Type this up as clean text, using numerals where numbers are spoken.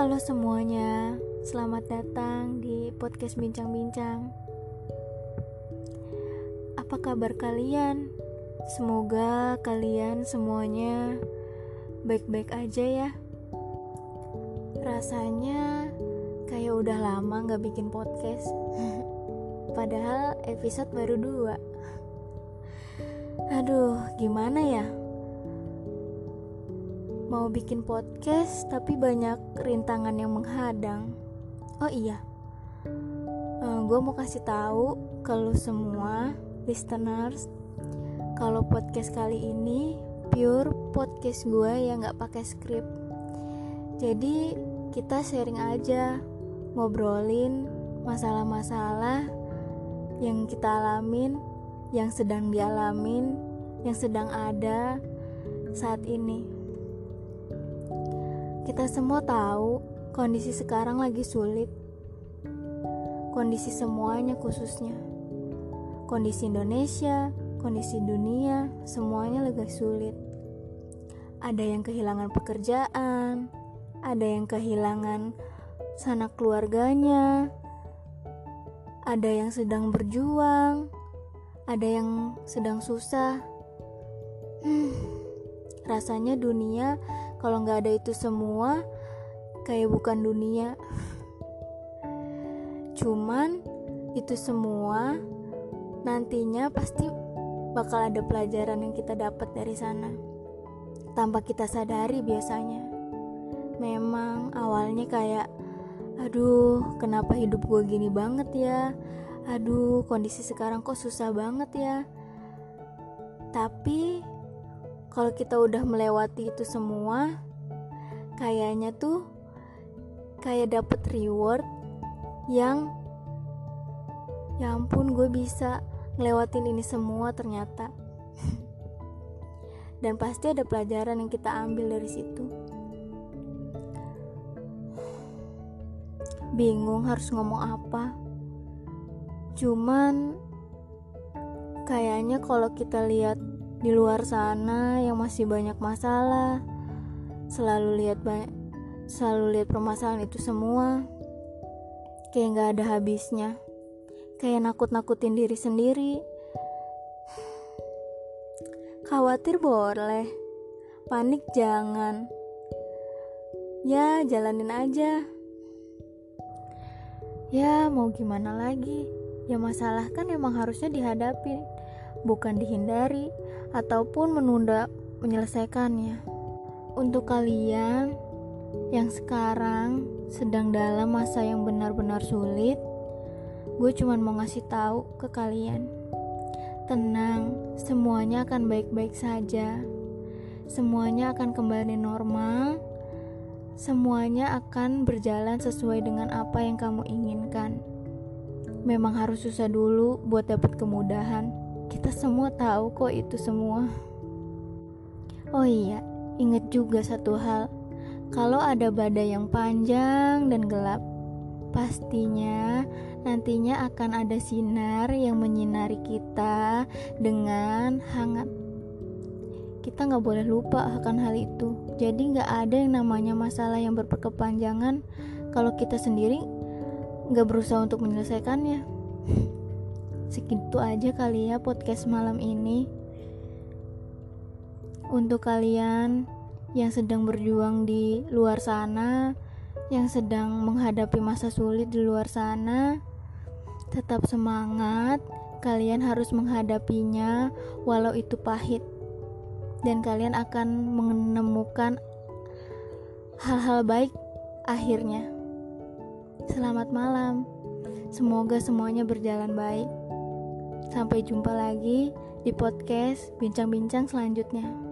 Halo semuanya, selamat datang di podcast Bincang-Bincang. Apa kabar kalian? Semoga kalian semuanya baik-baik aja ya. Rasanya kayak udah lama gak bikin podcast. Padahal episode baru 2. Aduh, gimana ya? Mau bikin podcast tapi banyak rintangan yang menghadang. Oh iya, gue mau kasih tahu ke lu semua listeners kalau podcast kali ini pure podcast gue yang gak pakai skrip. Jadi kita sharing aja, ngobrolin masalah-masalah yang kita alamin, yang sedang dialamin, yang sedang ada saat ini. Kita semua tahu kondisi sekarang lagi sulit. Kondisi semuanya khususnya. Kondisi Indonesia, kondisi dunia, semuanya lagi sulit. Ada yang kehilangan pekerjaan, ada yang kehilangan sanak keluarganya, ada yang sedang berjuang, ada yang sedang susah. Rasanya dunia kalau gak ada itu semua kayak bukan dunia. Cuman itu semua nantinya pasti bakal ada pelajaran yang kita dapat dari sana tanpa kita sadari biasanya. Memang awalnya kayak aduh, kenapa hidup gue gini banget ya? Aduh, kondisi sekarang kok susah banget ya? Tapi kalau kita udah melewati itu semua, kayaknya tuh kayak dapet reward yang ya ampun, gue bisa ngelewatin ini semua ternyata. Dan pasti ada pelajaran yang kita ambil dari situ. Bingung harus ngomong apa. Cuman kayaknya kalau kita lihat di luar sana yang masih banyak masalah, selalu lihat permasalahan itu semua, kayak gak ada habisnya, kayak nakut-nakutin diri sendiri. Khawatir boleh, panik jangan. Ya jalanin aja. Ya mau gimana lagi? Ya masalah kan emang harusnya dihadapi, bukan dihindari ataupun menunda menyelesaikannya. Untuk kalian yang sekarang sedang dalam masa yang benar-benar sulit, gue cuma mau ngasih tahu ke kalian, tenang, semuanya akan baik-baik saja. Semuanya akan kembali normal. Semuanya akan berjalan sesuai dengan apa yang kamu inginkan. Memang harus susah dulu buat dapat kemudahan. Kita semua tahu kok itu semua. Oh iya, ingat juga satu hal. Kalau ada badai yang panjang dan gelap, pastinya nantinya akan ada sinar yang menyinari kita dengan hangat. Kita gak boleh lupa akan hal itu. Jadi gak ada yang namanya masalah yang berkepanjangan kalau kita sendiri gak berusaha untuk menyelesaikannya. Segitu aja kali ya podcast malam ini. Untuk kalian yang sedang berjuang di luar sana, yang sedang menghadapi masa sulit di luar sana, tetap semangat. Kalian harus menghadapinya walau itu pahit. Dan kalian akan menemukan hal-hal baik akhirnya. Selamat malam. Semoga semuanya berjalan baik. Sampai jumpa lagi di podcast Bincang-Bincang selanjutnya.